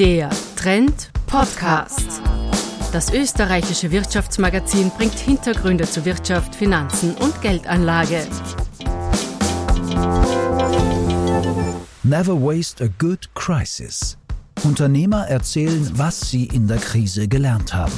Der Trend Podcast. Das österreichische Wirtschaftsmagazin bringt Hintergründe zu Wirtschaft, Finanzen und Geldanlage. Never waste a good crisis. Unternehmer erzählen, was sie in der Krise gelernt haben.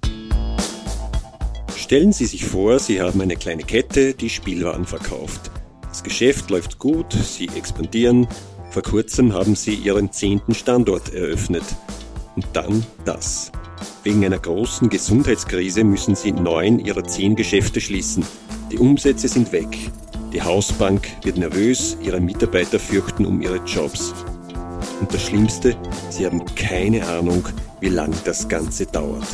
Stellen Sie sich vor, Sie haben eine kleine Kette, die Spielwaren verkauft. Das Geschäft läuft gut, Sie expandieren. Vor kurzem haben Sie Ihren 10. Standort eröffnet. Und dann das. Wegen einer großen Gesundheitskrise müssen Sie 9 Ihrer 10 Geschäfte schließen. Die Umsätze sind weg. Die Hausbank wird nervös, Ihre Mitarbeiter fürchten um ihre Jobs. Und das Schlimmste, Sie haben keine Ahnung, wie lang das Ganze dauert.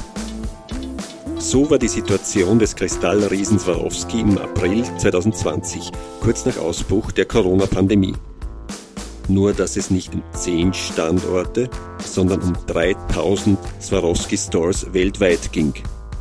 So war die Situation des Kristallriesen Swarovski im April 2020, kurz nach Ausbruch der Corona-Pandemie. Nur, dass es nicht um 10 Standorte, sondern um 3000 Swarovski-Stores weltweit ging.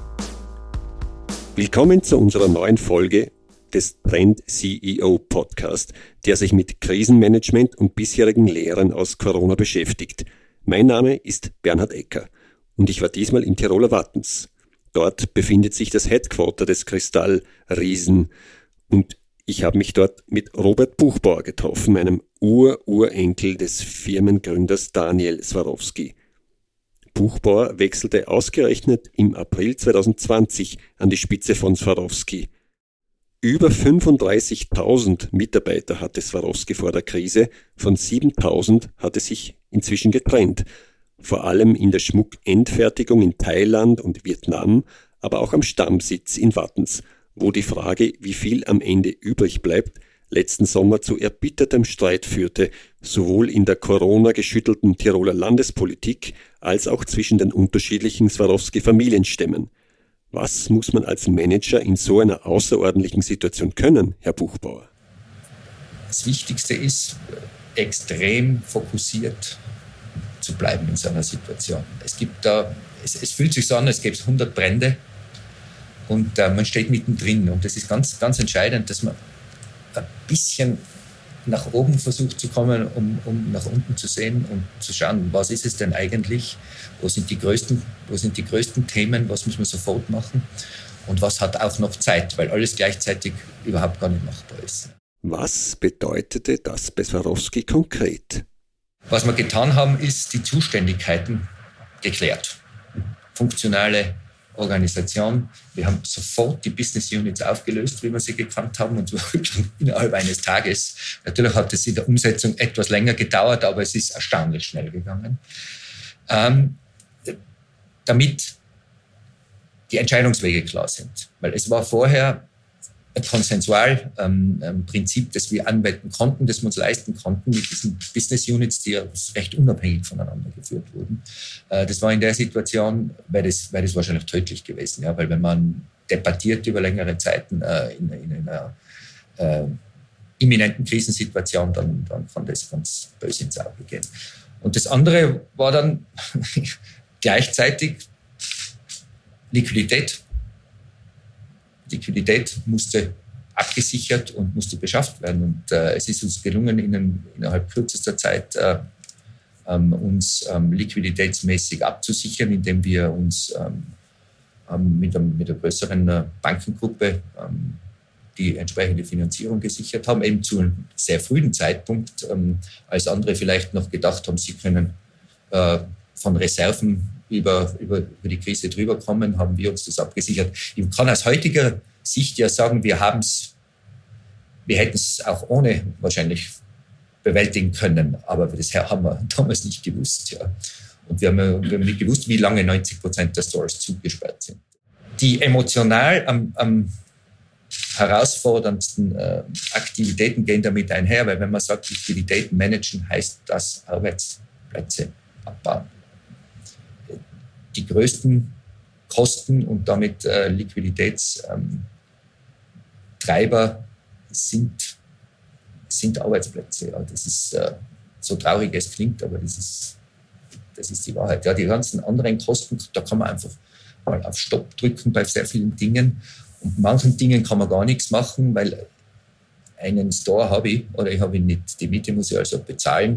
Willkommen zu unserer neuen Folge des Trend CEO Podcast, der sich mit Krisenmanagement und bisherigen Lehren aus Corona beschäftigt. Mein Name ist Bernhard Ecker und ich war diesmal im Tiroler Wattens. Dort befindet sich das Headquarter des Kristallriesen und ich habe mich dort mit Robert Buchbauer getroffen, einem Urenkel des Firmengründers Daniel Swarovski. Buchbauer wechselte ausgerechnet im April 2020 an die Spitze von Swarovski. Über 35.000 Mitarbeiter hatte Swarovski vor der Krise, von 7.000 hatte sich inzwischen getrennt. Vor allem in der Schmuckendfertigung in Thailand und Vietnam, aber auch am Stammsitz in Wattens, wo die Frage, wie viel am Ende übrig bleibt, letzten Sommer zu erbittertem Streit führte, sowohl in der Corona-geschüttelten Tiroler Landespolitik als auch zwischen den unterschiedlichen Swarovski-Familienstämmen. Was muss man als Manager in so einer außerordentlichen Situation können, Herr Buchbauer? Das Wichtigste ist, extrem fokussiert zu bleiben in so einer Situation. Es fühlt sich so an, als gäbe es 100 Brände und man steht mittendrin. Und das ist ganz, ganz entscheidend, dass man ein bisschen nach oben versucht zu kommen, um nach unten zu sehen und zu schauen, was ist es denn eigentlich, wo sind die größten Themen, was muss man sofort machen und was hat auch noch Zeit, weil alles gleichzeitig überhaupt gar nicht machbar ist. Was bedeutete das bei Swarovski konkret? Was wir getan haben, ist die Zuständigkeiten geklärt. Funktionale Organisation. Wir haben sofort die Business Units aufgelöst, wie wir sie gekannt haben, und zwar innerhalb eines Tages. Natürlich hat es in der Umsetzung etwas länger gedauert, aber es ist erstaunlich schnell gegangen. Damit die Entscheidungswege klar sind. Weil es war vorher ein Konsensualprinzip, das wir anwenden konnten, das wir uns leisten konnten mit diesen Business Units, die ja recht unabhängig voneinander geführt wurden. Das war in der Situation, wäre das wahrscheinlich tödlich gewesen, ja, weil wenn man debattiert über längere Zeiten in einer imminenten Krisensituation, dann kann das ganz böse ins Auge gehen. Und das andere war dann gleichzeitig Liquidität. Liquidität musste abgesichert und musste beschafft werden. Und es ist uns gelungen, innerhalb kürzester Zeit uns liquiditätsmäßig abzusichern, indem wir uns mit einer größeren Bankengruppe die entsprechende Finanzierung gesichert haben, eben zu einem sehr frühen Zeitpunkt, als andere vielleicht noch gedacht haben, sie können von Reserven über die Krise drüber kommen, haben wir uns das abgesichert. Ich kann aus heutiger Sicht ja sagen, wir hätten es auch ohne wahrscheinlich bewältigen können, aber das haben wir damals nicht gewusst. Ja. Und wir haben nicht gewusst, wie lange 90% der Stores zugesperrt sind. Die emotional am herausforderndsten Aktivitäten gehen damit einher, weil wenn man sagt, Liquiditäten managen, heißt das Arbeitsplätze abbauen. Die größten Kosten und damit Liquiditätstreiber sind Arbeitsplätze. Ja, das ist so traurig es klingt, aber das ist die Wahrheit. Ja, die ganzen anderen Kosten, da kann man einfach mal auf Stopp drücken bei sehr vielen Dingen. Und manchen Dingen kann man gar nichts machen, weil einen Store habe ich oder ich habe ihn nicht. Die Miete muss ich also bezahlen.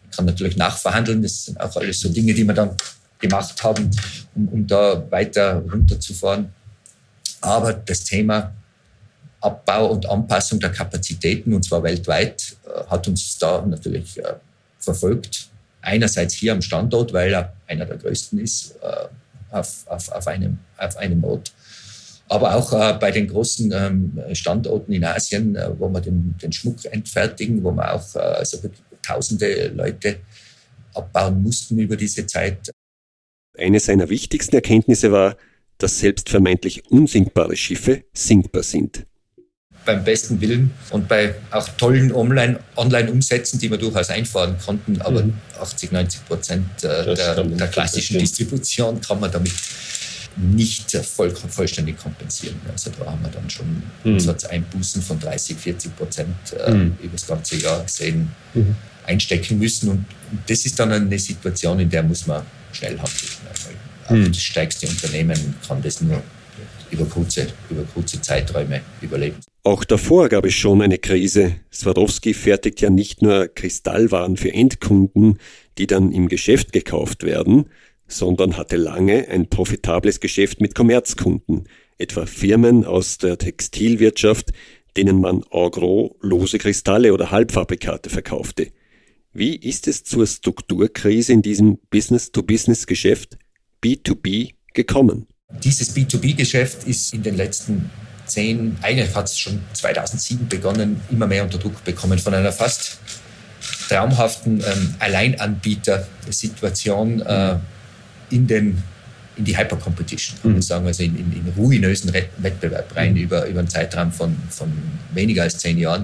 kann natürlich nachverhandeln. Das sind auch alles so Dinge, die wir dann gemacht haben, um da weiter runterzufahren. Aber das Thema Abbau und Anpassung der Kapazitäten, und zwar weltweit, hat uns da natürlich verfolgt. Einerseits hier am Standort, weil er einer der größten ist auf einem Ort. Aber auch bei den großen Standorten in Asien, wo wir den Schmuck entfertigen, wo wir auch also wirklich tausende Leute abbauen mussten über diese Zeit. Eine seiner wichtigsten Erkenntnisse war, dass selbst vermeintlich unsinkbare Schiffe sinkbar sind. Beim besten Willen und bei auch tollen Online-Umsätzen, die wir durchaus einfahren konnten, aber 80-90% der klassischen Distribution kann man damit nicht vollständig kompensieren. Also da haben wir dann schon Einbußen von 30-40% über das ganze Jahr gesehen, einstecken müssen. Und das ist dann eine Situation, in der muss man schnell handeln. Auch das stärkste Unternehmen kann das nur über kurze Zeiträume überleben. Auch davor gab es schon eine Krise. Swarovski fertigt ja nicht nur Kristallwaren für Endkunden, die dann im Geschäft gekauft werden, sondern hatte lange ein profitables Geschäft mit Kommerzkunden, etwa Firmen aus der Textilwirtschaft, denen man en gros lose Kristalle oder Halbfabrikate verkaufte. Wie ist es zur Strukturkrise in diesem Business-to-Business-Geschäft B2B gekommen? Dieses B2B-Geschäft ist in den letzten eigentlich hat es schon 2007 begonnen, immer mehr unter Druck bekommen von einer fast traumhaften Alleinanbieter-Situation in die Hyper-Competition, kann man sagen, also in ruinösen Wettbewerb rein über einen Zeitraum von weniger als 10 Jahren,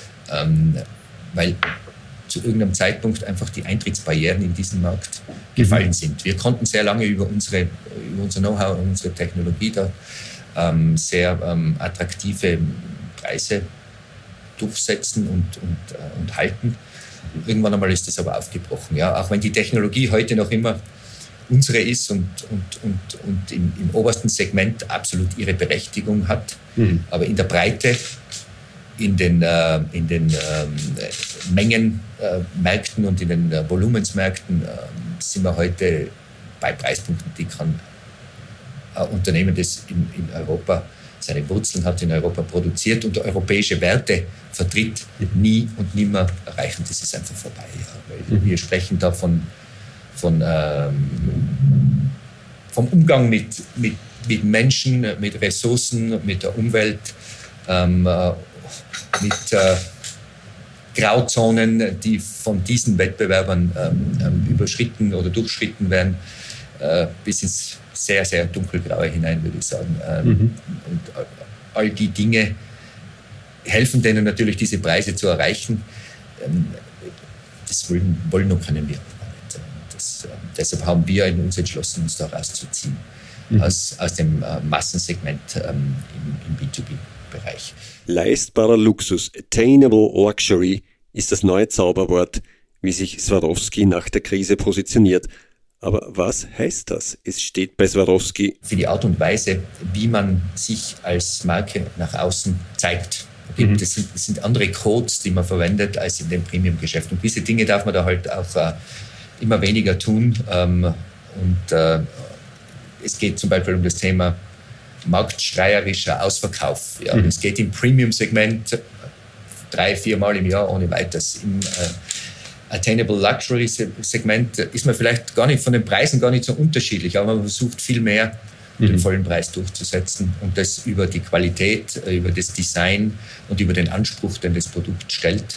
weil zu irgendeinem Zeitpunkt einfach die Eintrittsbarrieren in diesen Markt gefallen sind. Wir konnten sehr lange über unser Know-how und unsere Technologie da sehr attraktive Preise durchsetzen und halten. Irgendwann einmal ist das aber aufgebrochen. Ja? Auch wenn die Technologie heute noch immer unsere ist und im obersten Segment absolut ihre Berechtigung hat, aber in der Breite, in den Mengenmärkten und in den Volumensmärkten sind wir heute bei Preispunkten, die kann ein Unternehmen, das in Europa seine Wurzeln hat, in Europa produziert und europäische Werte vertritt, nie und nimmer erreichen. Das ist einfach vorbei. Ja. Weil wir sprechen da vom Umgang mit Menschen, mit Ressourcen, mit der Umwelt, mit Grauzonen, die von diesen Wettbewerbern überschritten oder durchschritten werden, bis ins sehr, sehr dunkelgraue hinein, würde ich sagen. Und all die Dinge helfen denen natürlich, diese Preise zu erreichen. Das wollen und können wir nicht. Deshalb haben wir uns entschlossen, uns da rauszuziehen aus dem Massensegment im B2B-Bereich. Leistbarer Luxus, Attainable Luxury, ist das neue Zauberwort, wie sich Swarovski nach der Krise positioniert. Aber was heißt das? Es steht bei Swarovski für die Art und Weise, wie man sich als Marke nach außen zeigt. Das sind andere Codes, die man verwendet als in dem Premium-Geschäft. Und diese Dinge darf man da halt auch immer weniger tun. Es geht zum Beispiel um das Thema marktschreierischer Ausverkauf. Ja. Es geht im Premium-Segment 3-4 Mal im Jahr ohne weiteres. Im Attainable Luxury Segment ist man vielleicht gar nicht von den Preisen gar nicht so unterschiedlich, aber man versucht viel mehr den vollen Preis durchzusetzen und das über die Qualität, über das Design und über den Anspruch, den das Produkt stellt.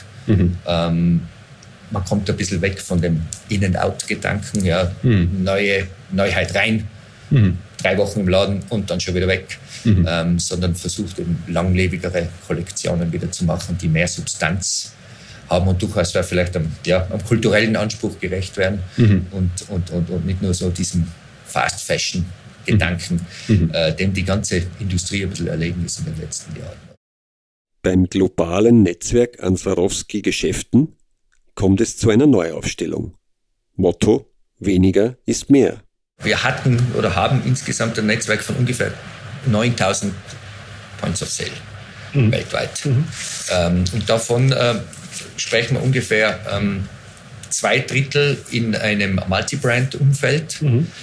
Man kommt ein bisschen weg von dem In-and-Out-Gedanken, ja, Neuheit rein, 3 Wochen im Laden und dann schon wieder weg, sondern versucht eben langlebigere Kollektionen wieder zu machen, die mehr Substanz haben und durchaus vielleicht am kulturellen Anspruch gerecht werden und nicht nur so diesem Fast-Fashion-Gedanken, dem die ganze Industrie ein bisschen erlegen ist in den letzten Jahren. Beim globalen Netzwerk an Swarovski-Geschäften kommt es zu einer Neuaufstellung. Motto: weniger ist mehr. Wir hatten oder haben insgesamt ein Netzwerk von ungefähr 9.000 Points of Sale weltweit. Und davon sprechen wir ungefähr 2/3 in einem Multibrand-Umfeld,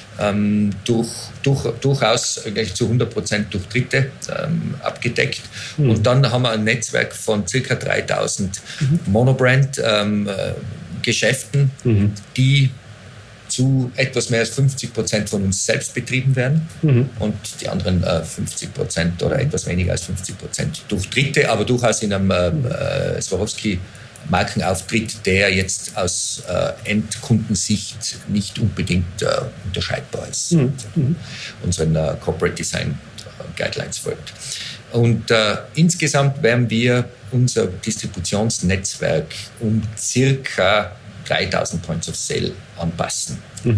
durchaus eigentlich zu 100% durch Dritte abgedeckt. Und dann haben wir ein Netzwerk von ca. 3000 Monobrand-Geschäften, die zu etwas mehr als 50% von uns selbst betrieben werden und die anderen 50% oder etwas weniger als 50% durch Dritte, aber durchaus in einem Swarovski-Markenauftritt, der jetzt aus Endkundensicht nicht unbedingt unterscheidbar ist. Unseren Corporate Design Guidelines folgt. Und insgesamt werden wir unser Distributionsnetzwerk um circa 3000 Points of Sale anpassen.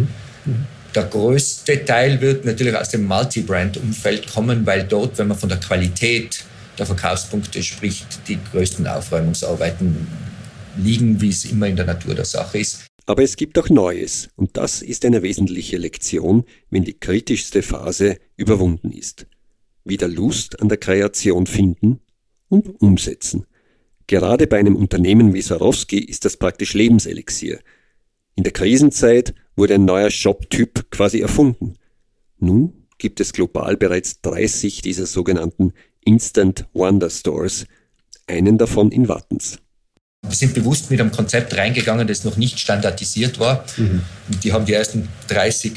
Der größte Teil wird natürlich aus dem Multi-Brand-Umfeld kommen, weil dort, wenn man von der Qualität der Verkaufspunkte spricht, die größten Aufräumungsarbeiten liegen, wie es immer in der Natur der Sache ist. Aber es gibt auch Neues und das ist eine wesentliche Lektion, wenn die kritischste Phase überwunden ist. Wieder Lust an der Kreation finden und umsetzen. Gerade bei einem Unternehmen wie Swarovski ist das praktisch Lebenselixier. In der Krisenzeit wurde ein neuer Shop-Typ quasi erfunden. Nun gibt es global bereits 30 dieser sogenannten Instant Wonder Stores, einen davon in Wattens. Wir sind bewusst mit einem Konzept reingegangen, das noch nicht standardisiert war. Und die haben die ersten 30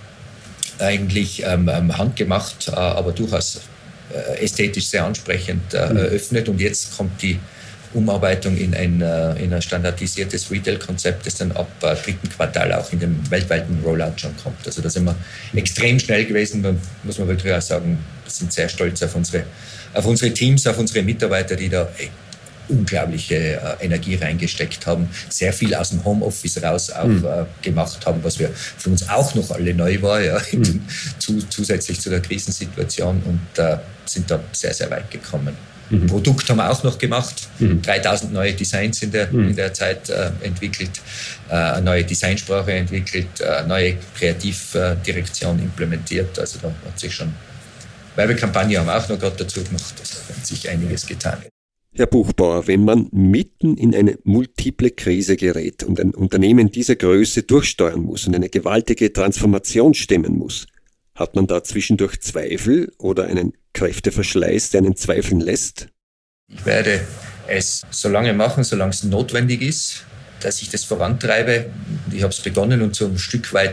eigentlich handgemacht, aber durchaus ästhetisch sehr ansprechend eröffnet. Und jetzt kommt die Umarbeitung in ein standardisiertes Retail-Konzept, das dann ab 3. Quartal auch in dem weltweiten Rollout schon kommt. Also da sind wir extrem schnell gewesen, da muss man wirklich auch sagen, wir sind sehr stolz auf unsere Teams, auf unsere Mitarbeiter, die da unglaubliche Energie reingesteckt haben, sehr viel aus dem Homeoffice raus auch gemacht haben, was wir für uns auch noch alle neu war, zusätzlich zu der Krisensituation und sind da sehr, sehr weit gekommen. Produkt haben wir auch noch gemacht, 3000 neue Designs in der Zeit entwickelt, eine neue Designsprache entwickelt, eine neue Kreativdirektion implementiert, also da hat sich schon, Werbekampagne haben wir auch noch gerade dazu gemacht, also hat sich einiges getan. Herr Buchbauer, wenn man mitten in eine multiple Krise gerät und ein Unternehmen dieser Größe durchsteuern muss und eine gewaltige Transformation stemmen muss, hat man da zwischendurch Zweifel oder einen Kräfteverschleiß, der einen zweifeln lässt? Ich werde es so lange machen, solange es notwendig ist, dass ich das vorantreibe. Ich habe es begonnen und so ein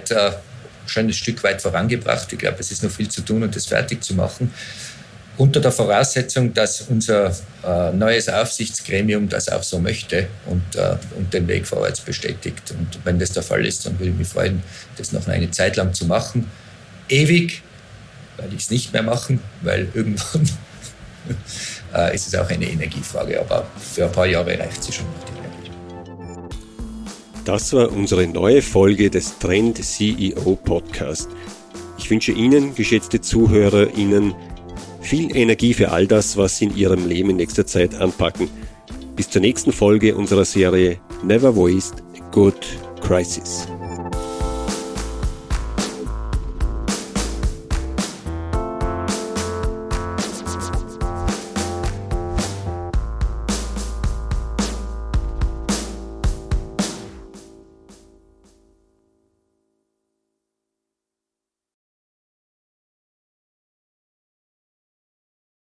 schönes Stück weit vorangebracht. Ich glaube, es ist noch viel zu tun, um das fertig zu machen. Unter der Voraussetzung, dass unser neues Aufsichtsgremium das auch so möchte und den Weg vorwärts bestätigt. Und wenn das der Fall ist, dann würde ich mich freuen, das noch eine Zeit lang zu machen. Ewig werde ich es nicht mehr machen, weil irgendwann ist es auch eine Energiefrage. Aber für ein paar Jahre reicht sie schon noch die Energie. Das war unsere neue Folge des Trend CEO Podcast. Ich wünsche Ihnen, geschätzte ZuhörerInnen, viel Energie für all das, was Sie in Ihrem Leben in nächster Zeit anpacken. Bis zur nächsten Folge unserer Serie Never Waste a Good Crisis.